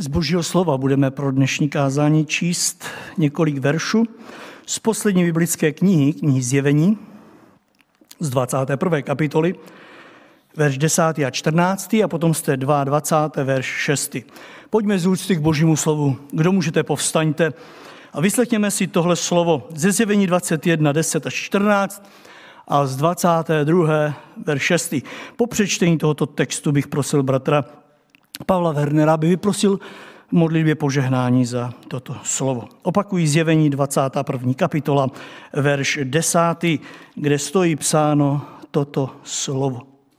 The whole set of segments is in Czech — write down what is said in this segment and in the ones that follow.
Z Božího slova budeme pro dnešní kázání číst několik veršů z poslední biblické knihy Zjevení, z 21. kapitoly, verš 10. a 14. a potom z té 22. verš 6. Pojďme z úcty k Božímu slovu. Kdo můžete, povstaňte a vyslechněme si tohle slovo ze Zjevení 21, 10 až 14 a z 22. verš 6. Po přečtení tohoto textu bych prosil bratra Pavla Wernera, aby vyprosil v modlitbě požehnání za toto slovo. Opakují Zjevení 21. kapitola, verš 10, kde stojí psáno toto slovo.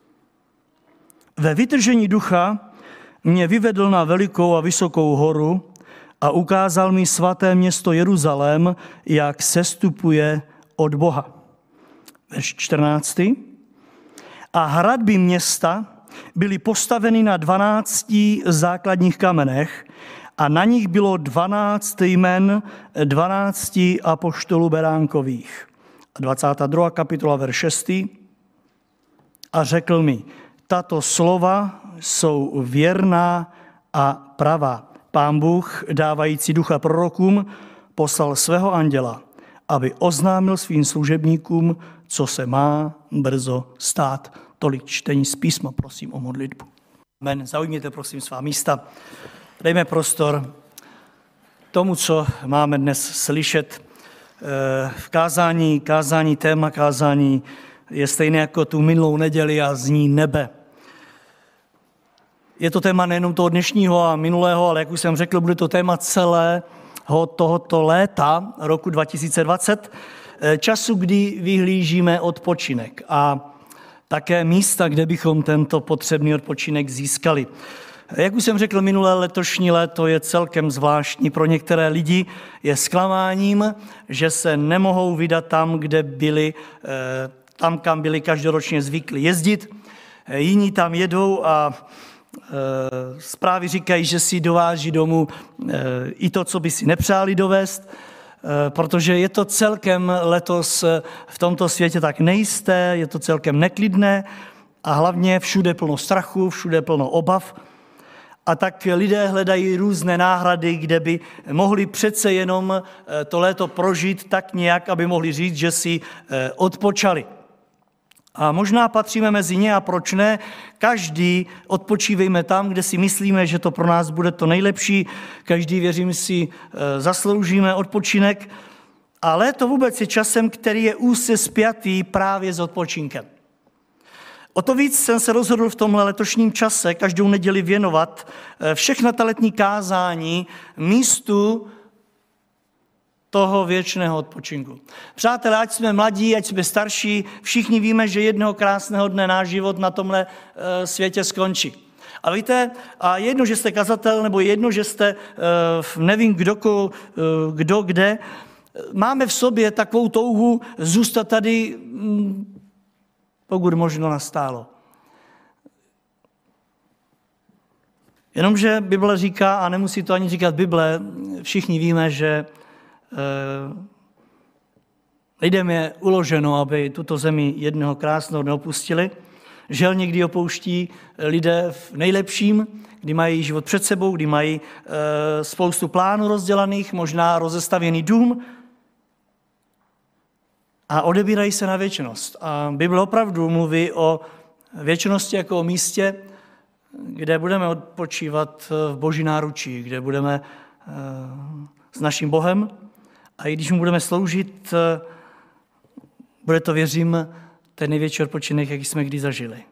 Ve vytržení ducha mě vyvedl na velikou a vysokou horu a ukázal mi svaté město Jeruzalém, jak sestupuje od Boha. Verš 14. A hradby města byly postaveny na 12 základních kamenech a na nich bylo 12 jmen 12 apoštolů beránkových. A 22. kapitola, verš 6. A řekl mi, tato slova jsou věrná a pravá. Pán Bůh, dávající ducha prorokům, poslal svého anděla, aby oznámil svým služebníkům, co se má brzo stát. Tolik čtení z písma, prosím o modlitbu. Amen. Zaujměte prosím svá místa. Dejme prostor tomu, co máme dnes slyšet. V kázání, téma kázání je stejné jako tu minulou neděli a zní nebe. Je to téma nejenom toho dnešního a minulého, ale jak už jsem řekl, bude to téma celého tohoto léta, roku 2020, času, kdy vyhlížíme odpočinek a také místa, kde bychom tento potřebný odpočinek získali. Jak už jsem řekl, minulé letošní léto je celkem zvláštní. Pro některé lidi je zklamáním, že se nemohou vydat tam, kam byli každoročně zvyklí jezdit. Jiní tam jedou a zprávy říkají, že si dováží domů i to, co by si nepřáli dovést, protože je to celkem letos v tomto světě tak nejisté, je to celkem neklidné a hlavně všude plno strachu, všude plno obav. A tak lidé hledají různé náhrady, kde by mohli přece jenom to léto prožít tak nějak, aby mohli říct, že si odpočali. A možná patříme mezi ně a proč ne? Každý odpočívejme tam, kde si myslíme, že to pro nás bude to nejlepší. Každý, věřím si, zasloužíme odpočinek. A léto vůbec je časem, který je úzce spjatý právě s odpočinkem. O to víc jsem se rozhodl v tomhle letošním čase každou neděli věnovat všechna ta letní kázání místu toho věčného odpočinku. Přátelé, ať jsme mladí, ať jsme starší, všichni víme, že jednoho krásného dne náš život na tomhle světě skončí. A víte, a jedno, že jste kazatel, nebo jedno, že jste nevím kdo kde, máme v sobě takovou touhu zůstat tady, pokud možno nastálo. Jenomže Bible říká, a nemusí to ani říkat Bible, všichni víme, že lidem je uloženo, aby tuto zemi jednoho krásného dne opustili. Žel někdy opouští lidé v nejlepším, kdy mají život před sebou, kdy mají spoustu plánů rozdělaných, možná rozestavěný dům a odebírají se na věčnost. A Bible opravdu mluví o věčnosti jako o místě, kde budeme odpočívat v Boží náručí, kde budeme s naším Bohem. A i když mu budeme sloužit, bude to, věřím, ten největší odpočinek, jaký jsme kdy zažili.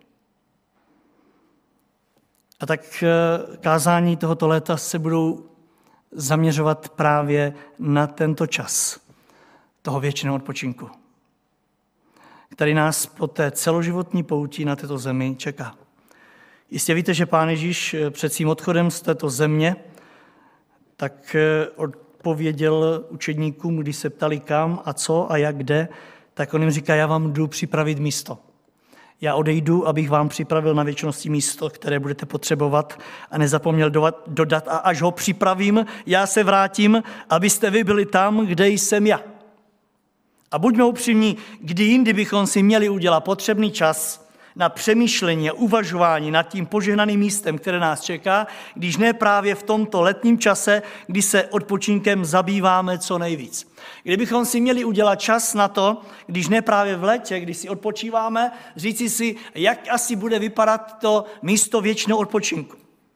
A tak kázání tohoto léta se budou zaměřovat právě na tento čas toho věčného odpočinku, který nás po té celoživotní pouti na této zemi čeká. Jistě víte, že Pán Ježíš před svým odchodem z této země tak odpověděl učedníkům, když se ptali kam a co a jak kde, tak on jim říká, já vám jdu připravit místo. Já odejdu, abych vám připravil na věčnosti místo, které budete potřebovat a nezapomněl dodat a až ho připravím, já se vrátím, abyste vy byli tam, kde jsem já. A buďme upřímní, kdy jindy bychom si měli udělat potřebný čas na přemýšlení a uvažování nad tím požehnaným místem, které nás čeká, když ne právě v tomto letním čase, kdy se odpočinkem zabýváme co nejvíc. Kdybychom si měli udělat čas na to, když ne právě v létě, když si odpočíváme, říci si, jak asi bude vypadat to místo věčného odpočinku.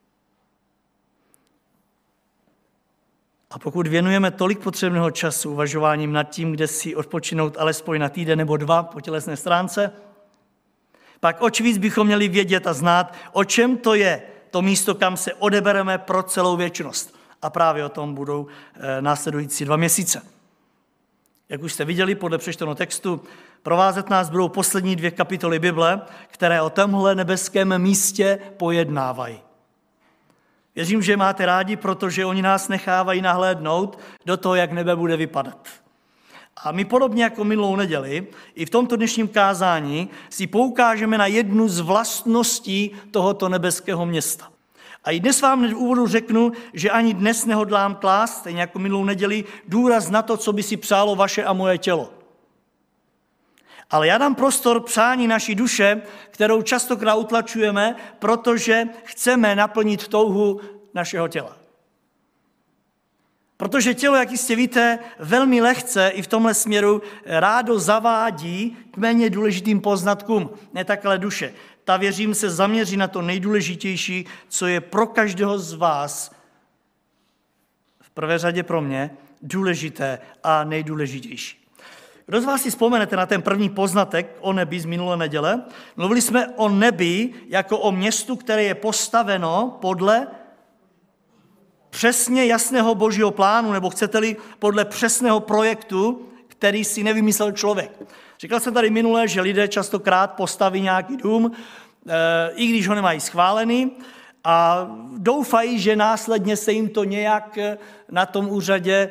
A pokud věnujeme tolik potřebného času uvažováním nad tím, kde si odpočinout alespoň na týden nebo dva po tělesné stránce, pak oč víc bychom měli vědět a znát, o čem to je to místo, kam se odebereme pro celou věčnost. A právě o tom budou následující 2 měsíce. Jak už jste viděli podle přečteného textu, provázet nás budou poslední 2 kapitoly Bible, které o tomhle nebeském místě pojednávají. Věřím, že máte rádi, protože oni nás nechávají nahlédnout do toho, jak nebe bude vypadat. A my podobně jako minulou neděli, i v tomto dnešním kázání si poukážeme na jednu z vlastností tohoto nebeského města. A i dnes vám v úvodu řeknu, že ani dnes nehodlám klást, stejně jako minulou neděli, důraz na to, co by si přálo vaše a moje tělo. Ale já dám prostor přání naší duše, kterou častokrát utlačujeme, protože chceme naplnit touhu našeho těla. Protože tělo, jak jistě víte, velmi lehce i v tomhle směru rádo zavádí k méně důležitým poznatkům, ne takhle duše. Ta, věřím, se zaměří na to nejdůležitější, co je pro každého z vás, v prvé řadě pro mě, důležité a nejdůležitější. Kdo z vás si vzpomenete na ten první poznatek o nebi z minulé neděle? Mluvili jsme o nebi jako o městu, které je postaveno podle přesně jasného božího plánu, nebo chcete-li podle přesného projektu, který si nevymyslel člověk. Říkal jsem tady minule, že lidé častokrát postaví nějaký dům, i když ho nemají schválený, a doufají, že následně se jim to nějak na tom úřadě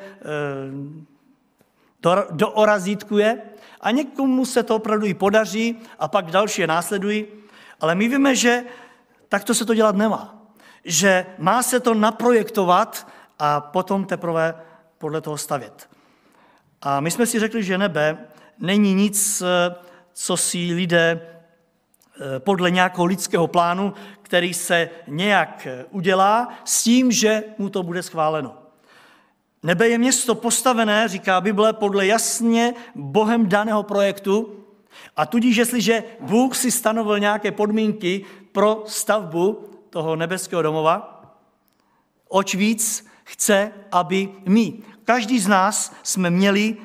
doorazítkuje a někomu se to opravdu i podaří a pak další je následují. Ale my víme, že takto se to dělat nemá. Že má se to naprojektovat a potom teprve podle toho stavět. A my jsme si řekli, že nebe není nic, co si lidé podle nějakého lidského plánu, který se nějak udělá s tím, že mu to bude schváleno. Nebe je město postavené, říká Bible, podle jasně Bohem daného projektu a tudíž, jestliže Bůh si stanovil nějaké podmínky pro stavbu toho nebeského domova, oč víc chce, aby my, každý z nás, jsme měli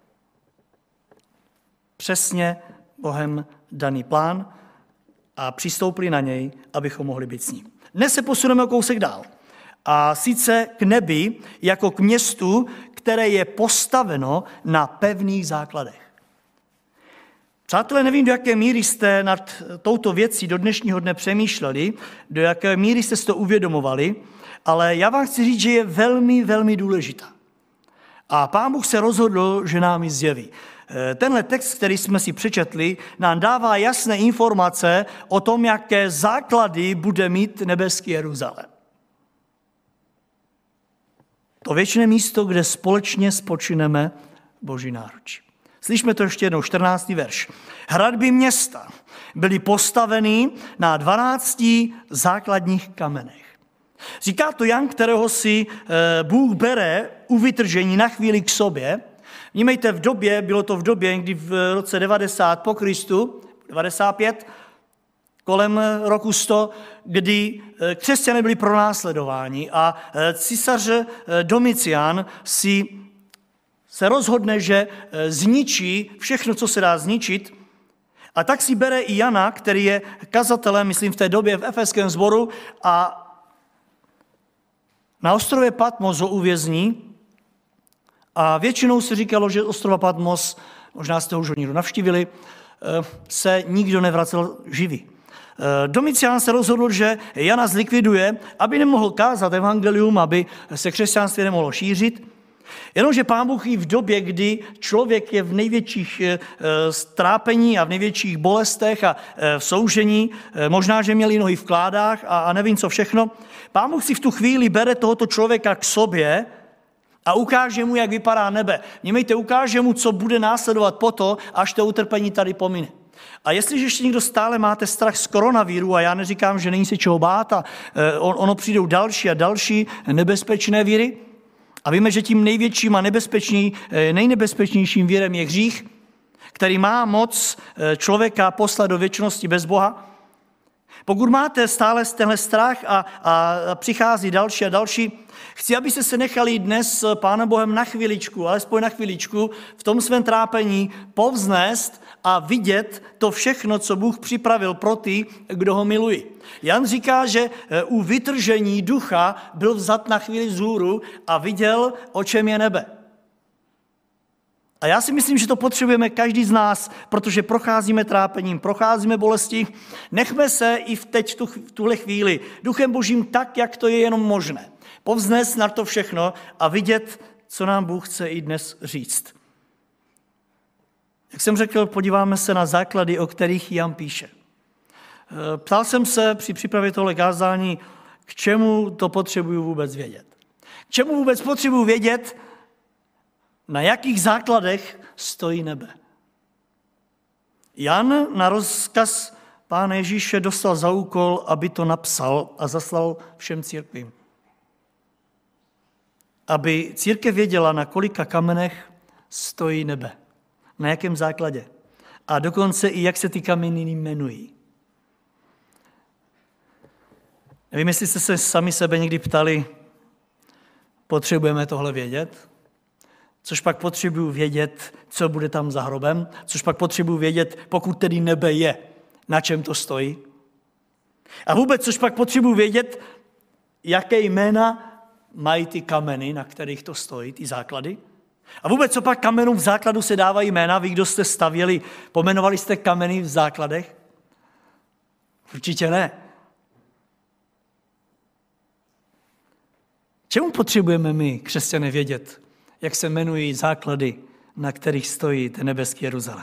přesně Bohem daný plán a přistoupili na něj, abychom mohli být s ním. Dnes se posuneme o kousek dál. A sice k nebi jako k městu, které je postaveno na pevných základech. Přátelé, nevím, do jaké míry jste nad touto věcí do dnešního dne přemýšleli, do jaké míry jste si to uvědomovali, ale já vám chci říct, že je velmi, velmi důležitá. A Pán Bůh se rozhodl, že nám ji zjeví. Tenhle text, který jsme si přečetli, nám dává jasné informace o tom, jaké základy bude mít nebeský Jeruzalém. To věčné místo, kde společně spočineme Boží náručí. Slyšme to ještě jednou, 14. verš. Hradby města byly postaveny na 12 základních kamenech. Říká to Jan, kterého si Bůh bere u vytržení na chvíli k sobě. Vnímejte, bylo to v době, kdy v roce 90 po Kristu, 95, kolem roku 100, kdy křesťané byli pronásledováni a císař Domicián se rozhodne, že zničí všechno, co se dá zničit, a tak si bere i Jana, který je kazatelem, myslím v té době v efeském sboru, a na ostrově Patmos ho uvězní. A většinou se říkalo, že ostrova Patmos, možná jste ho už někdo navštívili, se nikdo nevracel živý. Domicián se rozhodl, že Jana zlikviduje, aby nemohl kázat evangelium, aby se křesťanství nemohlo šířit. Jenomže Pán Bůh i v době, kdy člověk je v největších strápení a v největších bolestech a v soužení, možná, že měli nohy v kládách a nevím co všechno, Pán Bůh si v tu chvíli bere tohoto člověka k sobě a ukáže mu, jak vypadá nebe. Vnímejte, ukáže mu, co bude následovat po to, až to utrpení tady pomine. A jestliže ještě někdo stále máte strach z koronaviru, a já neříkám, že není se čeho bát, a ono přijdou další a další nebezpečné víry, a víme, že tím největším a nejnebezpečnějším vírem je hřích, který má moc člověka poslat do věčnosti bez Boha. Pokud máte stále tenhle strach a přichází další a další, chci, abyste se nechali dnes Pánem Bohem na chviličku, alespoň na chviličku, v tom svém trápení povznést a vidět to všechno, co Bůh připravil pro ty, kdo ho milují. Jan říká, že u vytržení ducha byl vzat na chvíli vzhůru a viděl, o čem je nebe. A já si myslím, že to potřebujeme každý z nás, protože procházíme trápením, procházíme bolestí. Nechme se i teď v tuhle chvíli Duchem Božím tak, jak to je jenom možné. Povznést na to všechno a vidět, co nám Bůh chce i dnes říct. Jak jsem řekl, podíváme se na základy, o kterých Jan píše. Ptal jsem se při přípravě tohle kázání, k čemu to potřebuju vůbec vědět. K čemu vůbec potřebuju vědět, na jakých základech stojí nebe. Jan na rozkaz Pána Ježíše dostal za úkol, aby to napsal a zaslal všem církvím. Aby církev věděla, na kolika kamenech stojí nebe. Na jakém základě. A dokonce i jak se ty kameny jmenují. Nevím, jestli jste se sami sebe někdy ptali, potřebujeme tohle vědět? Což pak potřebuju vědět, co bude tam za hrobem, což pak potřebuju vědět, pokud tedy nebe je, na čem to stojí. A vůbec, což pak potřebuju vědět, jaké jména mají ty kameny, na kterých to stojí, ty základy. A vůbec, co pak kamenům v základu se dávají jména, vy, kdo jste stavěli, pomenovali jste kameny v základech? Určitě ne. Čemu potřebujeme my, křesťané, vědět, jak se jmenují základy, na kterých stojí ten nebeský Jeruzalém?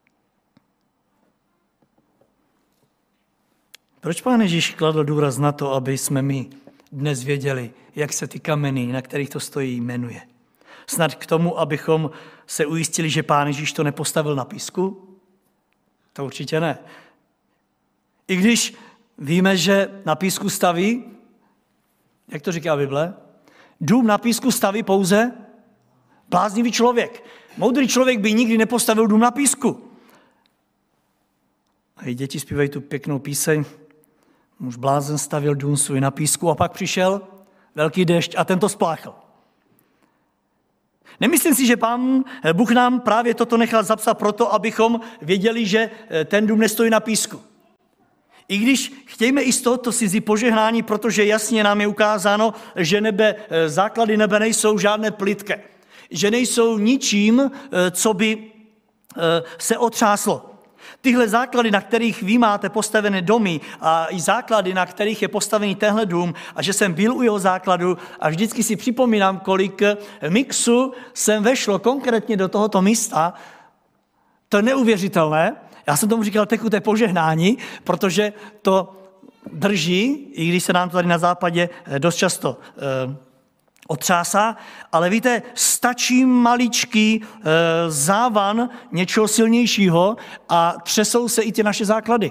Proč Pán Ježíš kladl důraz na to, aby jsme my dnes věděli, jak se ty kameny, na kterých to stojí, jmenuje? Snad k tomu, abychom se ujistili, že Pán Ježíš to nepostavil na písku? To určitě ne. I když víme, že na písku staví, jak to říká Bible, dům na písku staví pouze bláznivý člověk. Moudrý člověk by nikdy nepostavil dům na písku. A i děti zpívají tu pěknou píseň. Muž blázen stavil dům svůj na písku a pak přišel velký déšť a ten to spláchl. Nemyslím si, že Pán Bůh nám právě toto nechal zapsat proto, abychom věděli, že ten dům nestojí na písku. I když chtějme i z tohoto cizí požehnání, protože jasně nám je ukázáno, že základy nebe nejsou žádné plytké. Že nejsou ničím, co by se otřáslo. Tyhle základy, na kterých vy máte postavené domy a i základy, na kterých je postavený tenhle dům a že jsem byl u jeho základu a vždycky si připomínám, kolik mixu jsem vešlo konkrétně do tohoto místa, to je neuvěřitelné. Já jsem tomu říkal tekuté požehnání, protože to drží, i když se nám to tady na západě dost často otřásá, ale víte, stačí maličký závan něčeho silnějšího a třesou se i ty naše základy.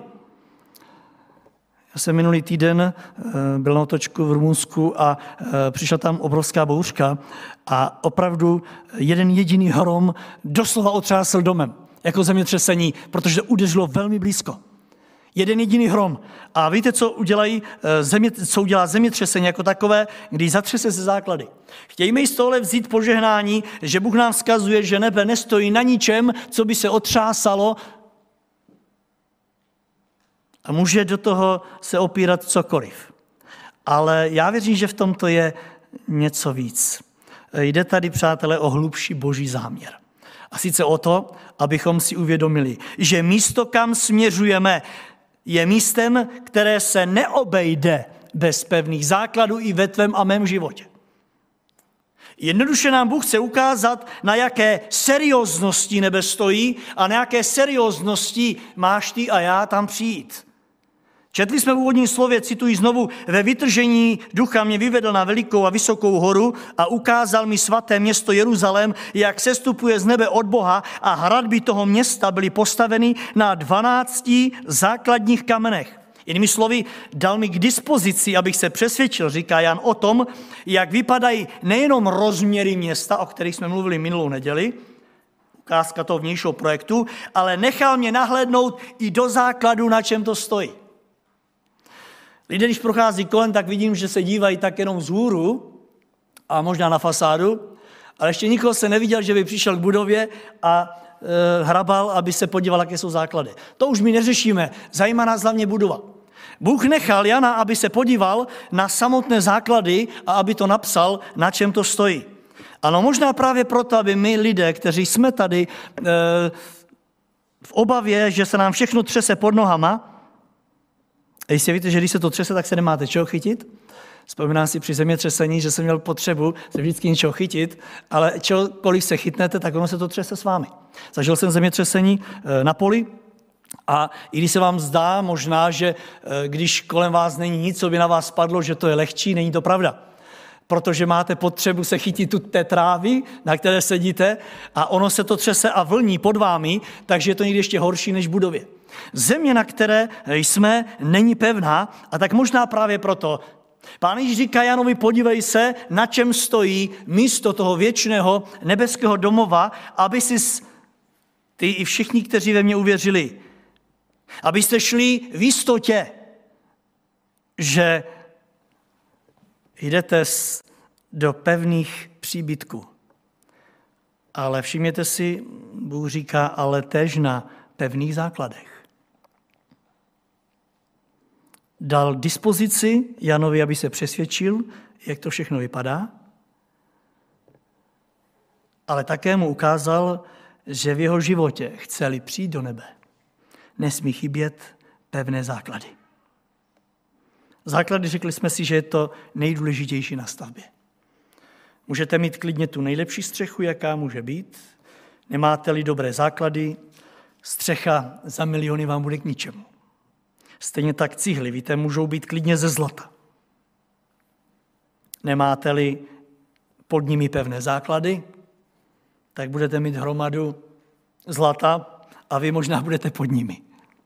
Já jsem minulý týden byl na otočku v Rumunsku a přišla tam obrovská bouřka a opravdu jeden jediný hrom doslova otřásl domem, jako zemětřesení, protože to udeřilo velmi blízko. Jeden jediný hrom. A víte, co udělá zemětřesení jako takové, když zatřese se základy. Chtějme i z tohle vzít požehnání, že Bůh nám vzkazuje, že nebe nestojí na ničem, co by se otřásalo a může do toho se opírat cokoliv. Ale já věřím, že v tomto je něco víc. Jde tady, přátelé, o hlubší boží záměr. A sice o to, abychom si uvědomili, že místo, kam směřujeme, je místem, které se neobejde bez pevných základů i ve tvém a mém životě. Jednoduše nám Bůh chce ukázat, na jaké serióznosti nebe stojí a na jaké serióznosti máš ty a já tam přijít. Četli jsme v úvodním slově, cituji znovu, ve vytržení ducha mě vyvedl na velikou a vysokou horu a ukázal mi svaté město Jeruzalém, jak sestupuje z nebe od Boha a hradby toho města byly postaveny na 12 základních kamenech. Jinými slovy, dal mi k dispozici, abych se přesvědčil, říká Jan, o tom, jak vypadají nejenom rozměry města, o kterých jsme mluvili minulou neděli, ukázka toho vnějšího projektu, ale nechal mě nahlédnout i do základu, na čem to stojí. Lidé, když prochází kolem, tak vidím, že se dívají tak jenom vzhůru a možná na fasádu, ale ještě nikoho se neviděl, že by přišel k budově a hrabal, aby se podíval, jaké jsou základy. To už my neřešíme, zajímá nás hlavně budova. Bůh nechal Jana, aby se podíval na samotné základy a aby to napsal, na čem to stojí. Ano, možná právě proto, aby my lidé, kteří jsme tady v obavě, že se nám všechno třese pod nohama, a jistě víte, že když se to třese, tak se nemáte čeho chytit. Vzpomínám si při zemětřesení, že jsem měl potřebu se vždycky něčeho chytit, ale čehokoliv se chytnete, tak ono se to třese s vámi. Zažil jsem zemětřesení na poli a i když se vám zdá možná, že když kolem vás není nic, co by na vás spadlo, že to je lehčí, není to pravda. Protože máte potřebu se chytit tu té trávy, na které sedíte a ono se to třese a vlní pod vámi, takže je to někdy ještě horší než v budově. Země, na které jsme, není pevná a tak možná právě proto Pán Ježíš říká Janovi, podívej se, na čem stojí místo toho věčného nebeského domova, aby si ty i všichni, kteří ve mě uvěřili, abyste šli v jistotě, že jdete do pevných příbytků. Ale všimněte si, Bůh říká, ale též na pevných základech. Dal dispozici Janovi, aby se přesvědčil, jak to všechno vypadá, ale také mu ukázal, že v jeho životě, chce-li přijít do nebe, nesmí chybět pevné základy. Základy, řekli jsme si, že je to nejdůležitější na stavbě. Můžete mít klidně tu nejlepší střechu, jaká může být. Nemáte-li dobré základy, střecha za miliony vám bude k ničemu. Stejně tak cihly, víte, můžou být klidně ze zlata. Nemáte-li pod nimi pevné základy, tak budete mít hromadu zlata a vy možná budete pod nimi.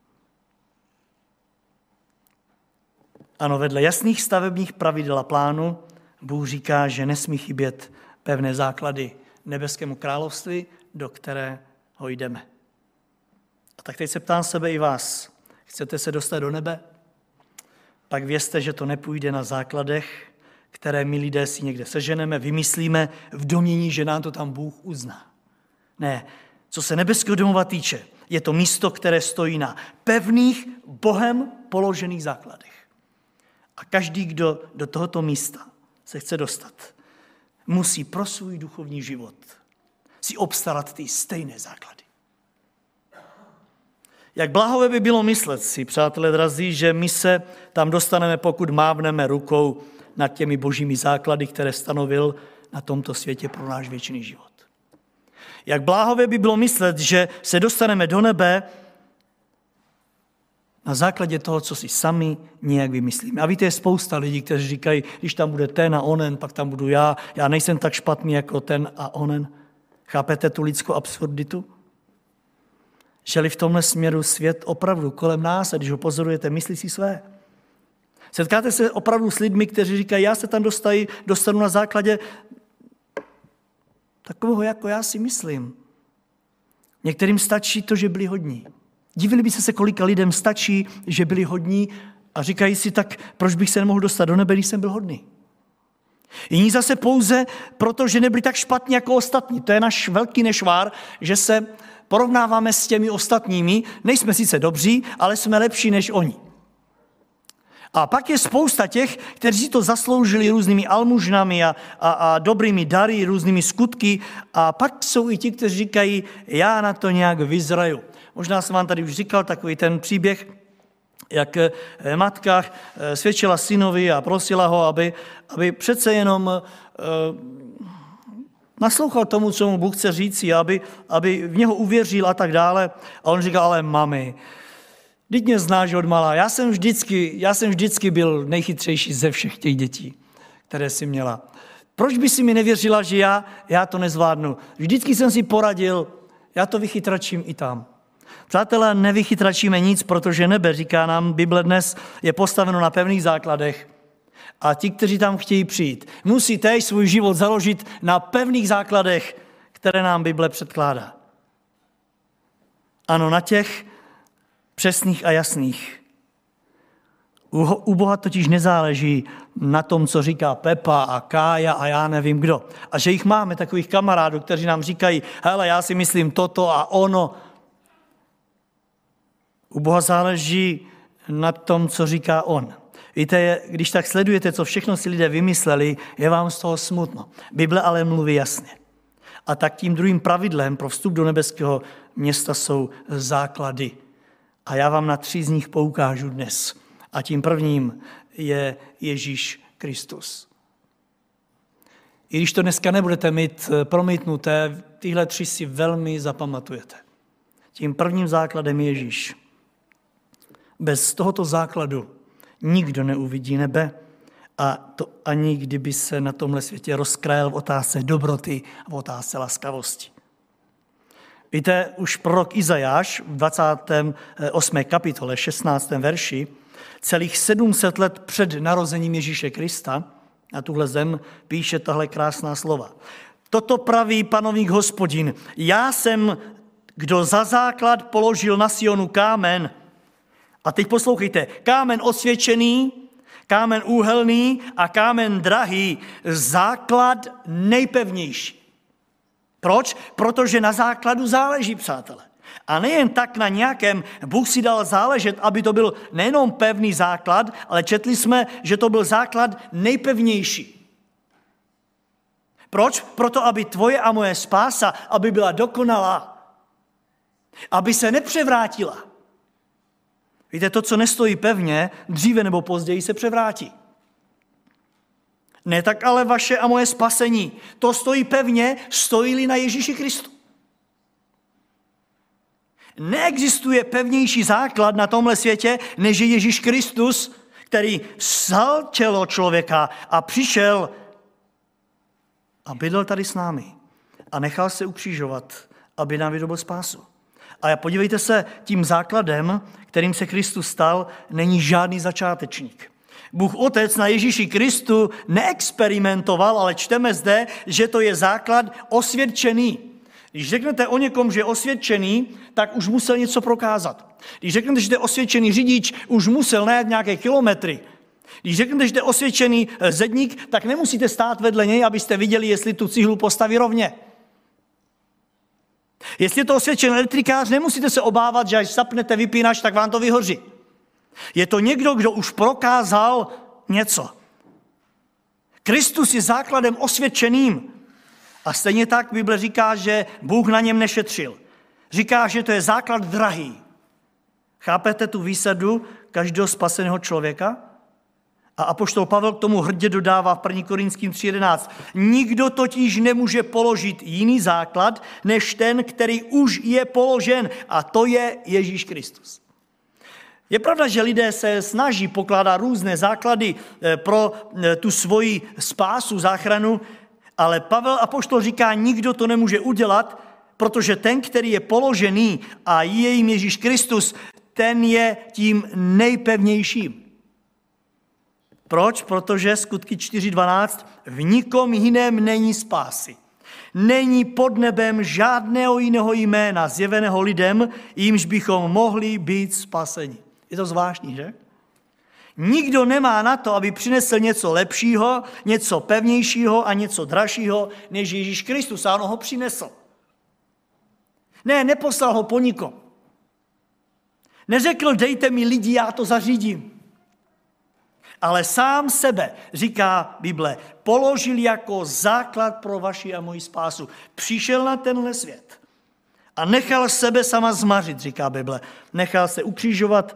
Ano, vedle jasných stavebních pravidel a plánu Bůh říká, že nesmí chybět pevné základy nebeskému království, do kterého jdeme. A tak teď se ptám sebe i vás. Chcete se dostat do nebe? Pak vězte, že to nepůjde na základech, které my lidé si někde seženeme, vymyslíme v domnění, že nám to tam Bůh uzná. Ne, co se nebeského domova týče, je to místo, které stojí na pevných, Bohem položených základech. A každý, kdo do tohoto místa se chce dostat, musí pro svůj duchovní život si obstarat ty stejné základy. Jak bláhové by bylo myslet si, přátelé drazí, že my se tam dostaneme, pokud mávneme rukou nad těmi božími základy, které stanovil na tomto světě pro náš věčný život. Jak bláhové by bylo myslet, že se dostaneme do nebe na základě toho, co si sami nějak vymyslíme. A víte, je spousta lidí, kteří říkají, když tam bude ten a onen, pak tam budu já nejsem tak špatný jako ten a onen. Chápete tu lidskou absurditu? Želi v tomhle směru svět opravdu kolem nás a když ho pozorujete, myslí si své. Setkáte se opravdu s lidmi, kteří říkají, já se tam dostanu na základě takového, jako já si myslím. Některým stačí to, že byli hodní. Divili by se, kolika lidem stačí, že byli hodní a říkají si, tak proč bych se nemohl dostat do nebe, když jsem byl hodný. Jiní zase pouze proto, že nebyli tak špatní jako ostatní. To je náš velký nešvár, že se porovnáváme s těmi ostatními. Nejsme sice dobří, ale jsme lepší než oni. A pak je spousta těch, kteří to zasloužili různými almužnami a dobrými dary, různými skutky. A pak jsou i ti, kteří říkají, já na to nějak vyzraju. Možná jsem vám tady už říkal takový ten příběh, jak matka svědčila synovi a prosila ho, aby přece jenom naslouchal tomu, co mu Bůh chce říci, aby v něho uvěřil a tak dále. A on říkal, ale mami, Vždyť mě znáš od malá. Já jsem vždycky byl nejchytřejší ze všech těch dětí, které jsi měla. Proč by si mi nevěřila, že já to nezvládnu? Vždycky jsem si poradil, já to vychytračím i tam. Přátelé, nevychytračíme nic, protože nebe, říká nám Bible dnes, je postaveno na pevných základech. A ti, kteří tam chtějí přijít, musí též svůj život založit na pevných základech, které nám Bible předkládá. Ano, na těch přesných a jasných. U Boha totiž nezáleží na tom, co říká Pepa a Kája a já nevím kdo. A že jich máme, takových kamarádů, kteří nám říkají, hele, já si myslím toto a ono. U Boha záleží na tom, co říká on. Víte, když tak sledujete, co všechno si lidé vymysleli, je vám z toho smutno. Bible ale mluví jasně. A tak tím druhým pravidlem pro vstup do nebeského města jsou základy. A já vám na 3 z nich poukážu dnes. A tím prvním je Ježíš Kristus. I když to dneska nebudete mít promítnuté, tyhle 3 si velmi zapamatujete. Tím prvním základem je Ježíš. Bez tohoto základu nikdo neuvidí nebe a to ani kdyby se na tomhle světě rozkrájel v otázce dobroty a v otázce laskavosti. Víte, už prorok Izajáš v 28. kapitole, 16. verši, celých 700 let před narozením Ježíše Krista na tuhle zem píše tahle krásná slova. Toto praví panovník Hospodin. Já jsem, kdo za základ položil na Sionu kámen. A teď poslouchejte. Kámen osvědčený, kámen úhelný a kámen drahý. Základ nejpevnější. Proč? Protože na základu záleží, přátelé. A nejen tak na nějakém, Bůh si dal záležet, aby to byl nejenom pevný základ, ale četli jsme, že to byl základ nejpevnější. Proč? Proto, aby tvoje a moje spása, aby byla dokonalá. Aby se nepřevrátila. Víte, to, co nestojí pevně, dříve nebo později se převrátí. Ne tak ale vaše a moje spasení. To stojí pevně, stojí-li na Ježíši Kristu. Neexistuje pevnější základ na tomhle světě, než je Ježíš Kristus, který vzal tělo člověka a přišel a bydlel tady s námi a nechal se ukřižovat, aby nám vydobil spásu. A podívejte se, tím základem, kterým se Kristus stal, není žádný začátečník. Bůh Otec na Ježíši Kristu neexperimentoval, ale čteme zde, že to je základ osvědčený. Když řeknete o někom, že je osvědčený, tak už musel něco prokázat. Když řeknete, že je osvědčený řidič, už musel najít nějaké kilometry. Když řeknete, že je osvědčený zedník, tak nemusíte stát vedle něj, abyste viděli, jestli tu cihlu postaví rovně. Jestli je to osvědčený elektrikář, nemusíte se obávat, že až zapnete vypínač, tak vám to vyhoří. Je to někdo, kdo už prokázal něco. Kristus je základem osvědčeným. A stejně tak Bible říká, že Bůh na něm nešetřil. Říká, že to je základ drahý. Chápete tu výsadu každého spaseného člověka? A apoštol Pavel k tomu hrdě dodává v 1. Korinským 3.11. Nikdo totiž nemůže položit jiný základ, než ten, který už je položen. A to je Ježíš Kristus. Je pravda, že lidé se snaží pokládat různé základy pro tu svoji spásu, záchranu, ale Pavel apoštol říká, nikdo to nemůže udělat, protože ten, který je položený a je jim Ježíš Kristus, ten je tím nejpevnějším. Proč? Protože skutky 4.12 v nikom jiném není spásy. Není pod nebem žádného jiného jména zjeveného lidem, jimž bychom mohli být spaseni. Je to zvláštní, že? Nikdo nemá na to, aby přinesl něco lepšího, něco pevnějšího a něco dražšího, než Ježíš Kristus. A on ho přinesl. Ne, neposlal ho po nikom. Neřekl, dejte mi lidi, já to zařídím. Ale sám sebe, říká Bible, položil jako základ pro vaši a moji spásu. Přišel na tenhle svět a nechal sebe sama zmařit, říká Bible. Nechal se ukřižovat,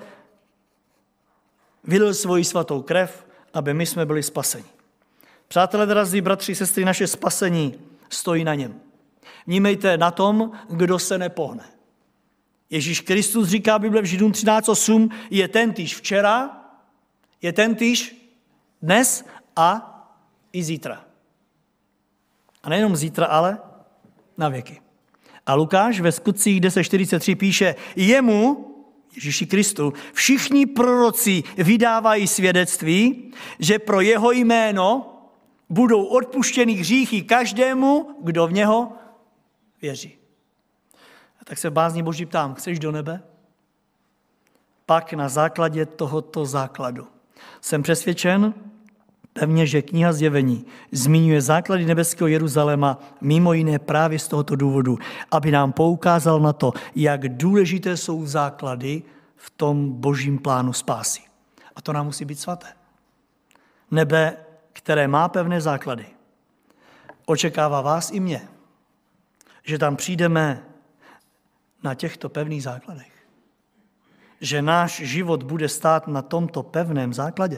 vylil svoji svatou krev, aby my jsme byli spaseni. Přátelé, drazí bratři, sestry, naše spasení stojí na něm. Vnímejte na tom, kdo se nepohne. Ježíš Kristus, říká Bible v Židům 13:8, je tentýž včera, je tentýž dnes a i zítra. A nejenom zítra, ale na věky. A Lukáš ve Skutcích 10:43 píše, jemu, Ježíši Kristu, všichni proroci vydávají svědectví, že pro jeho jméno budou odpuštěny hříchy každému, kdo v něho věří. A tak se v bázni Boží ptám, chceš do nebe? Pak na základě tohoto základu jsem přesvědčen pevně, že kniha Zjevení zmiňuje základy nebeského Jeruzaléma mimo jiné právě z tohoto důvodu, aby nám poukázal na to, jak důležité jsou základy v tom Božím plánu spásy. A to nám musí být svaté. Nebe, které má pevné základy, očekává vás i mě, že tam přijdeme na těchto pevných základech. Že náš život bude stát na tomto pevném základě.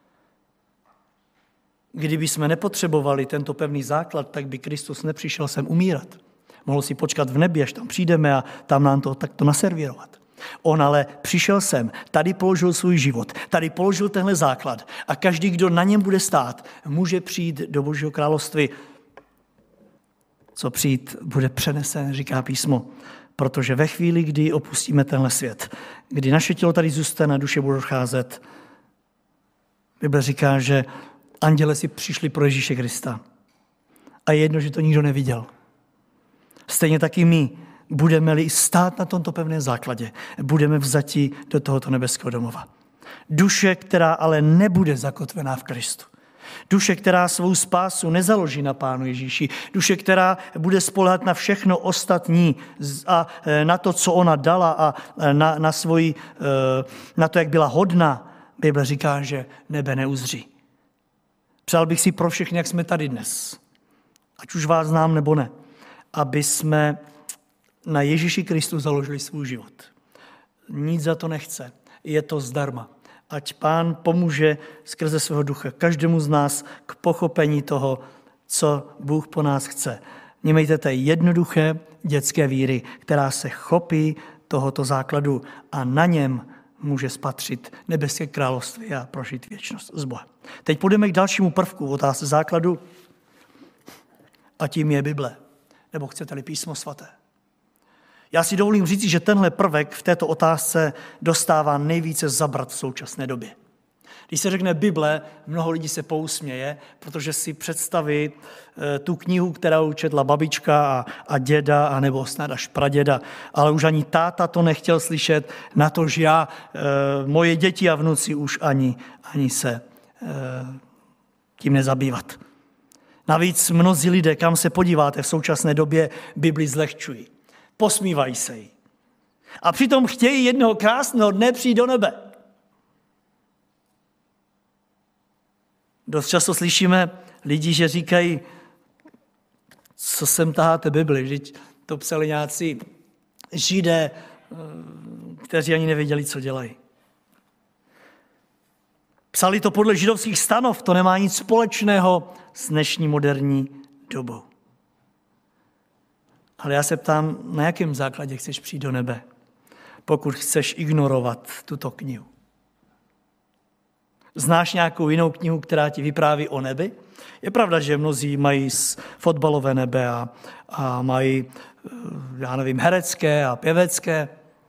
Kdyby jsme nepotřebovali tento pevný základ, tak by Kristus nepřišel sem umírat. Mohl si počkat v nebi, až tam přijdeme a tam nám to takto naservírovat. On ale přišel sem, tady položil svůj život, tady položil tenhle základ a každý, kdo na něm bude stát, může přijít do Božího království. Co přijít bude přenesen, říká písmo, protože ve chvíli, kdy opustíme tenhle svět, kdy naše tělo tady zůstane, duše budou odcházet, Bible říká, že anděle si přišli pro Ježíše Krista. A je jedno, že to nikdo neviděl. Stejně taky my budeme-li stát na tomto pevném základě, budeme vzati do tohoto nebeského domova. Duše, která ale nebude zakotvená v Kristu. Duše, která svou spásu nezaloží na Pánu Ježíši. Duše, která bude spoléhat na všechno ostatní a na to, co ona dala a na to, jak byla hodná. Bible říká, že nebe neuzří. Přál bych si pro všechny, jak jsme tady dnes, ať už vás znám nebo ne, aby jsme na Ježíši Kristu založili svůj život. Nic za to nechce, je to zdarma. Ať Pán pomůže skrze svého ducha každému z nás k pochopení toho, co Bůh po nás chce. Mějte té jednoduché dětské víry, která se chopí tohoto základu a na něm může spatřit nebeské království a prožít věčnost s Bohem. Teď půjdeme k dalšímu prvku v otázce základu a tím je Bible, nebo chcete-li písmo svaté. Já si dovolím říct, že tenhle prvek v této otázce dostává nejvíce zabrat v současné době. Když se řekne Bible, mnoho lidí se pousměje, protože si představí tu knihu, kterou četla babička a děda, anebo snad až praděda, ale už ani táta to nechtěl slyšet, na to, že moje děti a vnuci už ani se tím nezabývat. Navíc mnozí lidé, kam se podíváte v současné době, Bibli zlehčují. Posmívají se jí. A přitom chtějí jednoho krásného dne přijít do nebe. Dost často slyšíme lidi, že říkají, co sem taháte Bibli, vždyť to psali nějací Židé, kteří ani nevěděli, co dělají. Psali to podle židovských stanov, to nemá nic společného s dnešní moderní dobou. Ale já se ptám, na jakém základě chceš přijít do nebe, pokud chceš ignorovat tuto knihu. Znáš nějakou jinou knihu, která ti vypráví o nebi? Je pravda, že mnozí mají fotbalové nebe a mají, já nevím, herecké a pěvecké.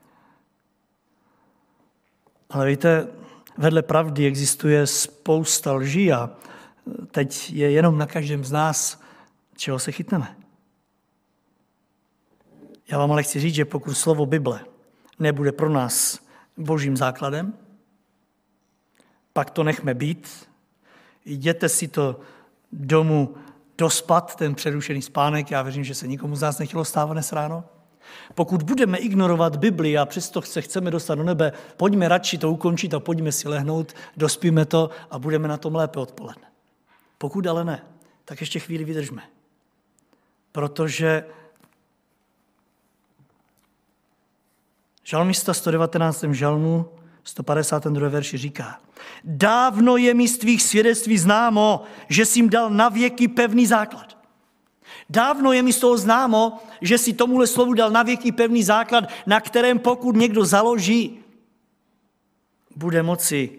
Ale víte, vedle pravdy existuje spousta lží a teď je jenom na každém z nás, čeho se chytneme. Já vám ale chci říct, že pokud slovo Bible nebude pro nás božím základem, pak to nechme být. Jděte si to domů dospat, ten přerušený spánek. Já věřím, že se nikomu z nás nechtělo stávat dnes ráno. Pokud budeme ignorovat Bibli a přesto se chceme dostat do nebe, pojďme radši to ukončit a pojďme si lehnout, dospíme to a budeme na tom lépe odpoledne. Pokud ale ne, tak ještě chvíli vydržme. Protože žalmista 119. žalmu 152. verši říká: Dávno je mi z tvých svědectví známo, že jsi jim dal na věky pevný základ. Dávno je mi z toho známo, že si tomuhle slovu dal navěky pevný základ, na kterém pokud někdo založí, bude moci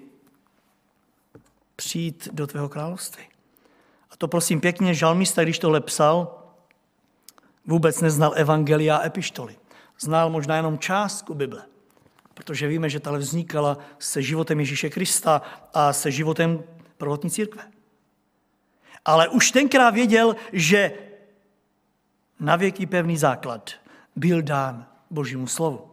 přijít do tvého království. A to prosím pěkně, žalmista, když tohle psal, vůbec neznal evangelia a epištoly. Znal možná jenom částku Bible, protože víme, že tahle vznikala se životem Ježíše Krista a se životem prvotní církve. Ale už tenkrát věděl, že navěky pevný základ byl dán Božímu slovu.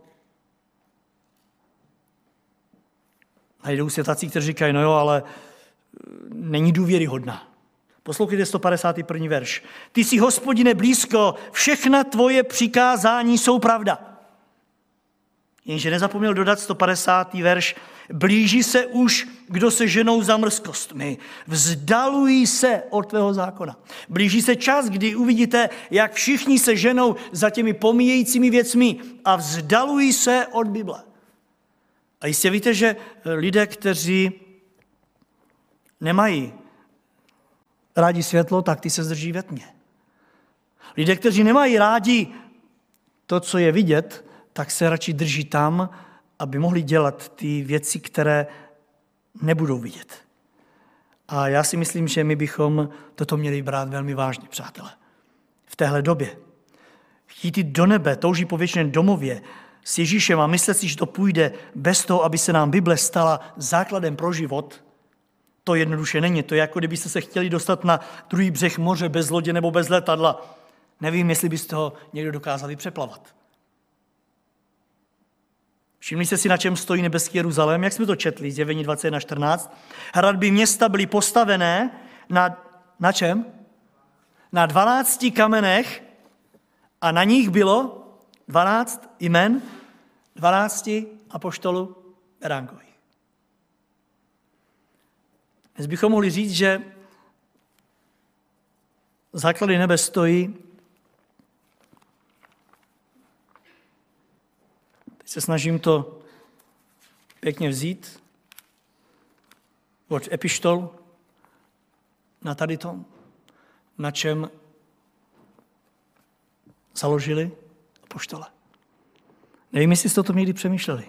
Najdou se tací, kteří říkají, no jo, ale není důvěryhodná. Poslouchejte 151. verš. Ty jsi, Hospodine, blízko, všechna tvoje přikázání jsou pravda. Jenže nezapomněl dodat 150. verš. Blíží se už, kdo se ženou za mrzkostmi. Vzdalují se od tvého zákona. Blíží se čas, kdy uvidíte, jak všichni se ženou za těmi pomíjejícími věcmi a vzdalují se od Bible. A jistě víte, že lidé, kteří nemají rádi světlo, tak ty se zdrží ve tmě. Lidé, kteří nemají rádi to, co je vidět, tak se radši drží tam, aby mohli dělat ty věci, které nebudou vidět. A já si myslím, že my bychom toto měli brát velmi vážně, přátelé. V téhle době. Chtít jít do nebe, touží po věčném domově s Ježíšem a myslet si, že to půjde bez toho, aby se nám Bible stala základem pro život, to jednoduše není. To je jako kdybyste se chtěli dostat na druhý břeh moře bez lodě nebo bez letadla. Nevím, jestli byste ho někdo dokázali přeplavat. Všimli jste si, na čem stojí nebeský Jeruzalém, jak jsme to četli, Zjevení 21:14. Hradby města byly postavené na čem? Na 12 kamenech a na nich bylo 12 jmen 12 apoštolů beránkových. Dnes bychom mohli říct, že základy nebe stojí. Teď se snažím to pěkně vzít od epištol na tady tom, na čem založili apoštole. Nevím, jestli jste o tom někdy přemýšleli.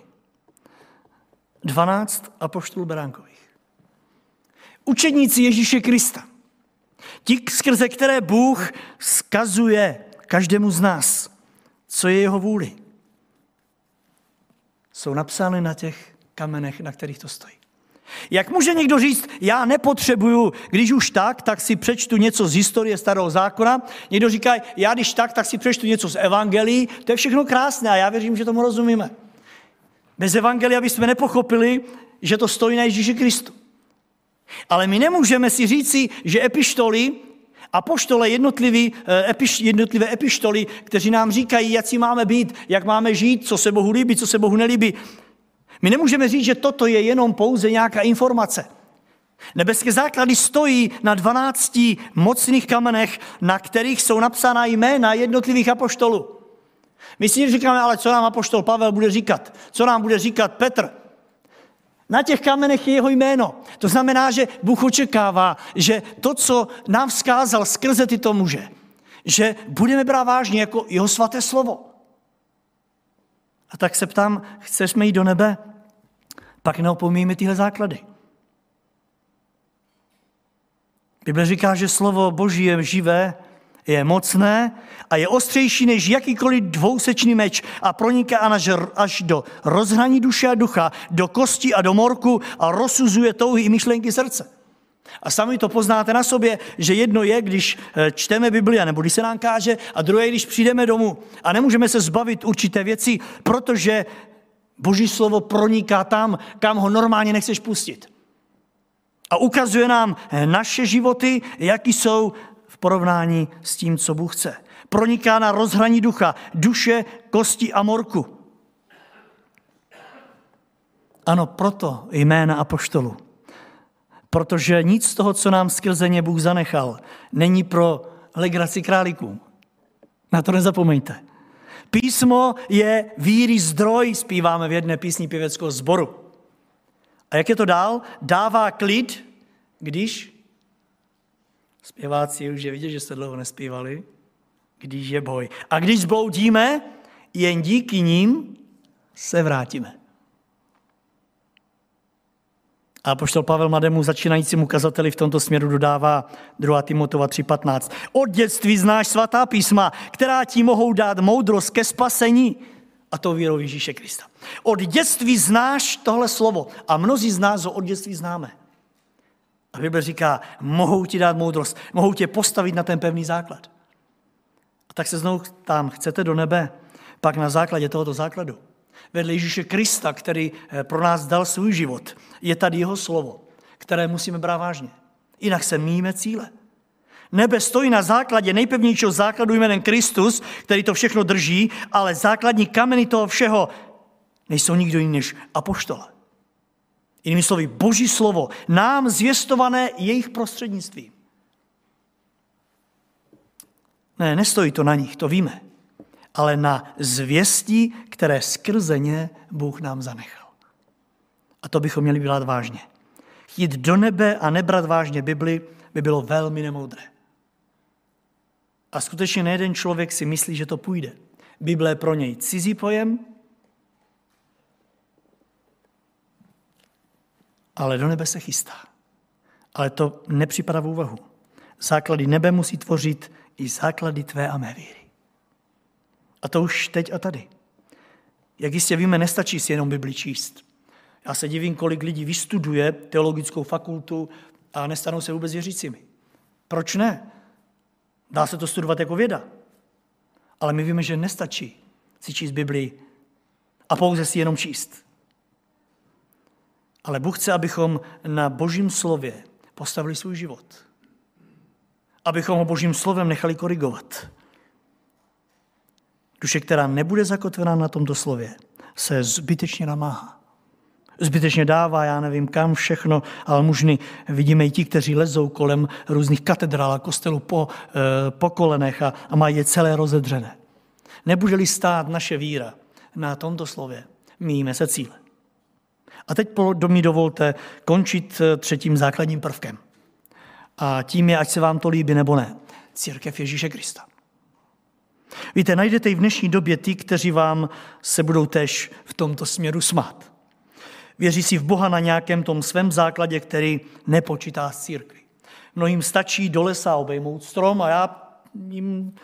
12 apoštolů beránkových. Učedníci Ježíše Krista. Ti, skrze které Bůh vzkazuje každému z nás, co je jeho vůli. Jsou napsány na těch kamenech, na kterých to stojí. Jak může někdo říct, já nepotřebuju, když už tak si přečtu něco z historie Starého zákona. Někdo říká, já když tak si přečtu něco z evangelií. To je všechno krásné a já věřím, že tomu rozumíme. Bez evangelia bychom nepochopili, že to stojí na Ježíši Kristu. Ale my nemůžeme si říci, že epištoly, apoštole jednotlivé epištoly, kteří nám říkají, jak si máme být, jak máme žít, co se Bohu líbí, co se Bohu nelíbí. My nemůžeme říct, že toto je jenom pouze nějaká informace. Nebeské základy stojí na 12 mocných kamenech, na kterých jsou napsána jména jednotlivých apoštolů. My si říkáme, ale co nám apoštol Pavel bude říkat? Co nám bude říkat Petr? Na těch kamenech je jeho jméno. To znamená, že Bůh očekává, že to, co nám vzkázal skrze tyto muže, že budeme brát vážně jako jeho svaté slovo. A tak se ptám, chceme jít do nebe? Pak neopomíjíme tyhle základy. Bible říká, že slovo Boží je živé, je mocné a je ostřejší než jakýkoliv dvousečný meč a proniká až do rozhraní duše a ducha, do kosti a do morku a rozsuzuje touhy i myšlenky srdce. A sami to poznáte na sobě, že jedno je, když čteme Bibli, nebo když se nám káže, a druhé, když přijdeme domů a nemůžeme se zbavit určité věci, protože Boží slovo proniká tam, kam ho normálně nechceš pustit. A ukazuje nám naše životy, jaký jsou v porovnání s tím, co Bůh chce. Proniká na rozhraní ducha, duše, kosti a morku. Ano, proto jména apoštolů. Protože nic z toho, co nám skrze ně Bůh zanechal, není pro legraci králíků. Na to nezapomeňte. Písmo je víry zdroj, zpíváme v jedné písni pěveckého sboru. A jak je to dál? Dává klid, když zpěváci už je vidět, že jste dlouho nespívali. když je boj. A když zbloudíme, jen díky ním se vrátíme. A apoštol Pavel mladému začínajícímu kazateli v tomto směru dodává 2. Timotova 3:15. Od dětství znáš svatá písma, která ti mohou dát moudrost ke spasení, a to vírou Ježíše Krista. Od dětství znáš tohle slovo a mnozí z nás ho od dětství známe. A Bible říká, mohou ti dát moudrost, mohou tě postavit na ten pevný základ. A tak se znovu tam chcete do nebe, pak na základě tohoto základu. Vedle Ježíše Krista, který pro nás dal svůj život, je tady jeho slovo, které musíme brát vážně. Jinak se mýlíme cíle. Nebe stojí na základě nejpevnějšího základu jménem Kristus, který to všechno drží, ale základní kameny toho všeho nejsou nikdo jiný než apoštole. Jinými slovy, Boží slovo, nám zvěstované jejich prostřednictvím. Ne, nestojí to na nich, to víme, ale na zvěstí, které skrze ně Bůh nám zanechal. A to bychom měli brát vážně. Jít do nebe a nebrat vážně Bibli by bylo velmi nemoudré. A skutečně nejeden člověk si myslí, že to půjde. Bible je pro něj cizí pojem, ale do nebe se chystá. Ale to nepřipadá v úvahu. Základy nebe musí tvořit i základy tvé a mé víry. A to už teď a tady. Jak jistě víme, nestačí si jenom Bibli číst. Já se divím, kolik lidí vystuduje teologickou fakultu a nestanou se vůbec věřícími. Proč ne? Dá se to studovat jako věda. Ale my víme, že nestačí si číst Biblii a pouze si jenom číst. Ale Bůh chce, abychom na Božím slově postavili svůj život. Abychom ho Božím slovem nechali korigovat. Duše, která nebude zakotvená na tomto slově, se zbytečně namáhá. Zbytečně dává, já nevím kam všechno, ale možný vidíme i ti, kteří lezou kolem různých katedrál a kostelů po kolenech a mají je celé rozedřené. Nebude-li stát naše víra na tomto slově, míjíme se cíle. A teď mi dovolte končit třetím základním prvkem. A tím je, ať se vám to líbí nebo ne, církev Ježíše Krista. Víte, najdete i v dnešní době ty, kteří vám se budou též v tomto směru smát. Věří si v Boha na nějakém tom svém základě, který nepočítá s církví. Mnohým stačí do lesa obejmout strom a já jim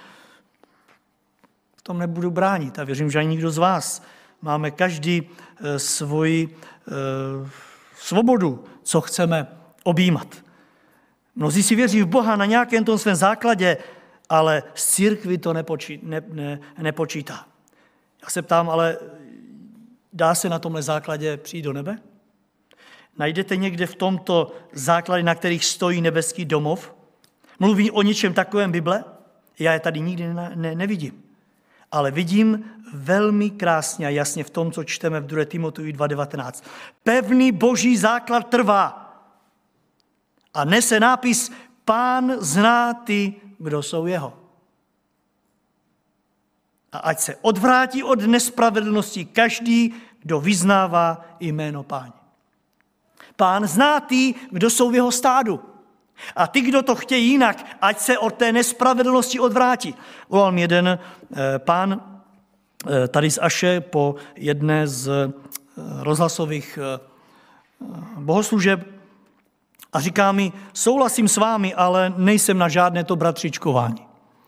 v tom nebudu bránit. A věřím, že ani nikdo z vás. Máme každý svoji svobodu, co chceme objímat. Mnozí si věří v Boha na nějakém tom svém základě, ale z církví to nepočítá. Já se ptám, ale dá se na tomhle základě přijít do nebe? Najdete někde v tomto základě, na kterých stojí nebeský domov? Mluví o něčem takovém Bible? Já je tady nikdy nevidím. Ale vidím velmi krásně a jasně v tom, co čteme v 2. Timoteji 2:19. Pevný Boží základ trvá. A nese nápis Pán zná ty, kdo jsou jeho. A ať se odvrátí od nespravedlnosti každý, kdo vyznává jméno Páně. Pán zná ty, kdo jsou v jeho stádu. A ty, kdo to chtějí jinak, ať se od té nespravedlnosti odvrátí. Volal mi jeden pán tady z Aše po jedné z rozhlasových bohoslužeb a říká mi, souhlasím s vámi, ale nejsem na žádné to bratřičkování.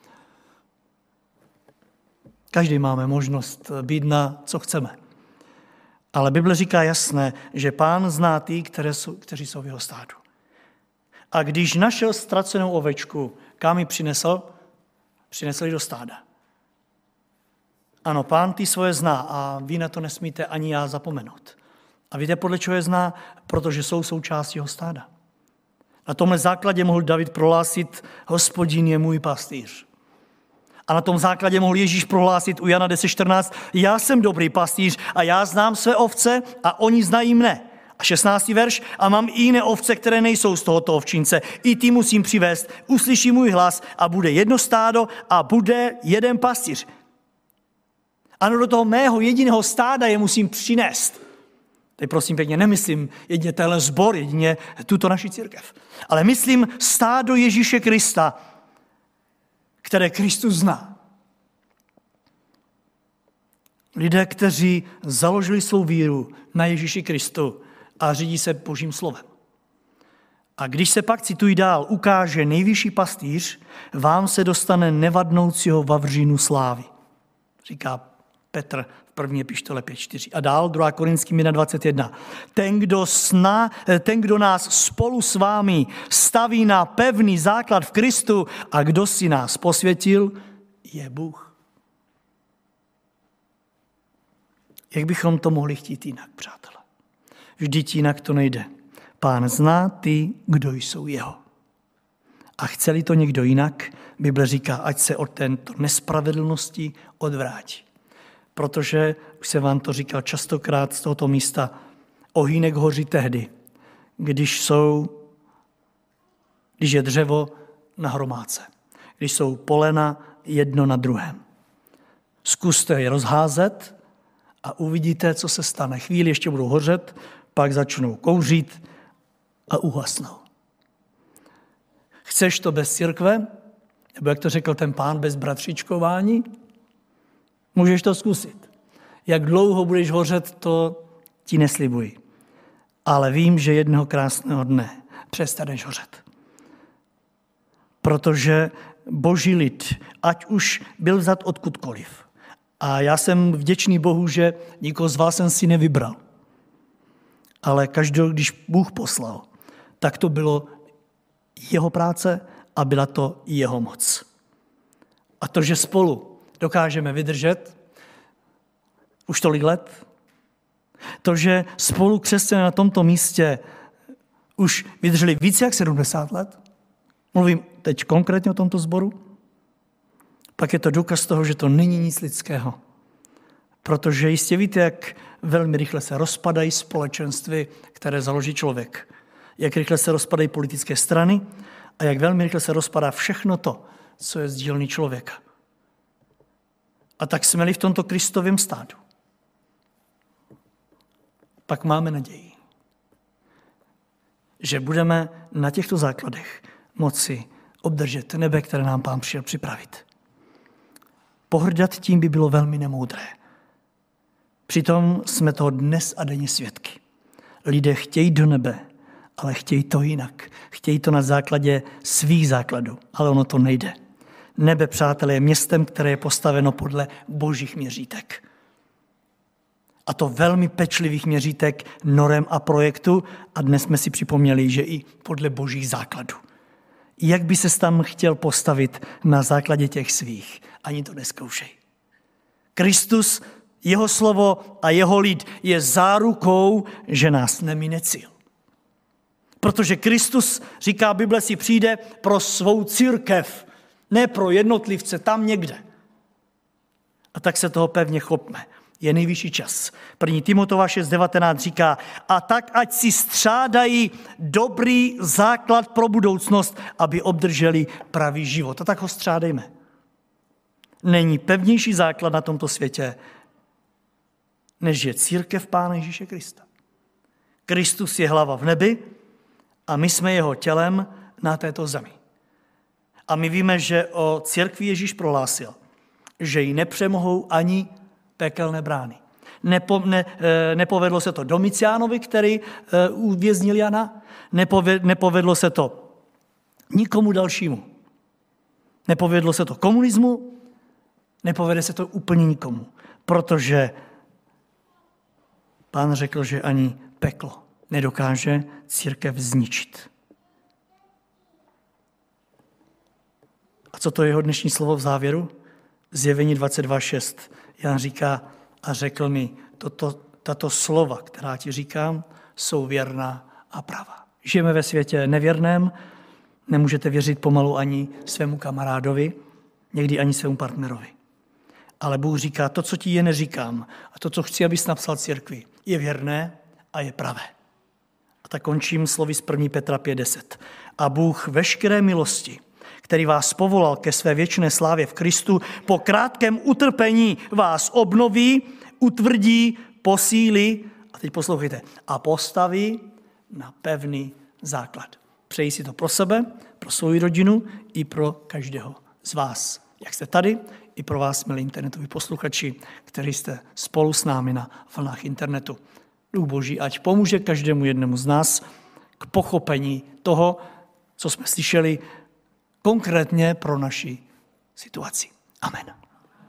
Každý máme možnost být na co chceme. Ale Bible říká jasné, že Pán zná ty, kteří jsou v jeho stádu. A když našel ztracenou ovečku, kam ji přinesl? Přinesl ji do stáda. Ano, Pán ty svoje zná a vy na to nesmíte ani já zapomenout. A víte, podle čeho je zná? Protože jsou součástí jeho stáda. Na tomhle základě mohl David prohlásit, Hospodin je můj pastýř. A na tom základě mohl Ježíš prohlásit u Jana 10:14, já jsem dobrý pastýř a já znám své ovce a oni znají mne. A 16. verš, a mám i jiné ovce, které nejsou z tohoto ovčince. I ty musím přivést, uslyší můj hlas a bude jedno stádo a bude jeden pastýř. Ano, do toho mého jediného stáda je musím přinést. Teď prosím pěkně, nemyslím jedině tenhle sbor, jedině tuto naši církev. Ale myslím stádo Ježíše Krista, které Kristus zná. Lidé, kteří založili svou víru na Ježíši Kristu a řídí se Božím slovem. A když se pak, cituji dál, ukáže nejvyšší pastýř, vám se dostane nevadnoucího vavřínu slávy. Říká Petr v první epištole 5.4. A dál 2. Korinským 1.21. Ten, kdo nás spolu s vámi staví na pevný základ v Kristu a kdo si nás posvětil, je Bůh. Jak bychom to mohli chtít jinak, přátelé? Vždyť jinak to nejde. Pán zná ty, kdo jsou jeho. A chce-li to někdo jinak, Bible říká, ať se od této nespravedlnosti odvrátí. Protože, už jsem vám to říkal častokrát z tohoto místa, ohýnek hoří tehdy, když je dřevo na hromádce, když jsou polena jedno na druhém. Zkuste je rozházet a uvidíte, co se stane. Chvíli ještě budou hořet, pak začnou kouřit a uhasnou. Chceš to bez církve? Nebo jak to řekl ten pán, bez bratříčkování? Můžeš to zkusit. Jak dlouho budeš hořet, to ti neslibuji. Ale vím, že jednoho krásného dne přestaneš hořet. Protože Boží lid, ať už byl vzat odkudkoliv. A já jsem vděčný Bohu, že nikoho z vás jsem si nevybral. Ale každý, když Bůh poslal, tak to bylo jeho práce a byla to jeho moc. A to, že spolu dokážeme vydržet už tolik let, to, že spolu křesťané na tomto místě už vydrželi více jak 70 let, mluvím teď konkrétně o tomto sboru, pak je to důkaz toho, že to není nic lidského. Protože jistě víte, jak velmi rychle se rozpadají společenství, které založí člověk. Jak rychle se rozpadají politické strany a jak velmi rychle se rozpadá všechno to, co je z dílny člověka. A tak jsme-li v tomto Kristovém stádu, pak máme naději, že budeme na těchto základech moci obdržet nebe, které nám Pán přijel připravit. Pohrdat tím by bylo velmi nemoudré. Přitom jsme toho dnes a denně svědky. Lidé chtějí do nebe, ale chtějí to jinak. Chtějí to na základě svých základů, ale ono to nejde. Nebe, přátelé, je městem, které je postaveno podle božích měřítek. A to velmi pečlivých měřítek, norem a projektu. A dnes jsme si připomněli, že i podle božích základů. Jak by se tam chtěl postavit na základě těch svých? Ani to neskoušej. Kristus, jeho slovo a jeho lid je zárukou, že nás nemine cíl. Protože Kristus, říká Bible, si přijde pro svou církev, ne pro jednotlivce tam někde. A tak se toho pevně chopme. Je nejvyšší čas. 1. Timotova 6.19 říká, a tak ať si střádají dobrý základ pro budoucnost, aby obdrželi pravý život. A tak ho střádejme. Není pevnější základ na tomto světě, než je církev Pána Ježíše Krista. Kristus je hlava v nebi a my jsme jeho tělem na této zemi. A my víme, že o církvi Ježíš prohlásil, že ji nepřemohou ani pekelné brány. Nepovedlo se to Domiciánovi, který uvěznil Jana, nepovedlo se to nikomu dalšímu. Nepovedlo se to komunismu, nepovede se to úplně nikomu, protože Pán řekl, že ani peklo nedokáže církev zničit. A co to je jeho dnešní slovo v závěru? Zjevení 22.6. Jan říká, a řekl mi, tato slova, která ti říkám, jsou věrná a pravá. Žijeme ve světě nevěrném, nemůžete věřit pomalu ani svému kamarádovi, někdy ani svému partnerovi. Ale Bůh říká, to, co ti je neříkám, a to, co chci, abys napsal církvi, je věrné a je pravé. A tak končím slovy z 1. Petra 5.10. A Bůh veškeré milosti, který vás povolal ke své věčné slávě v Kristu, po krátkém utrpení vás obnoví, utvrdí, posílí, a teď poslouchejte, a postaví na pevný základ. Přeji si to pro sebe, pro svou rodinu i pro každého z vás. Jak jste tady, i pro vás, milí internetoví posluchači, kteří jste spolu s námi na vlnách internetu. Duch Boží ať pomůže každému jednomu z nás k pochopení toho, co jsme slyšeli konkrétně pro naši situaci. Amen.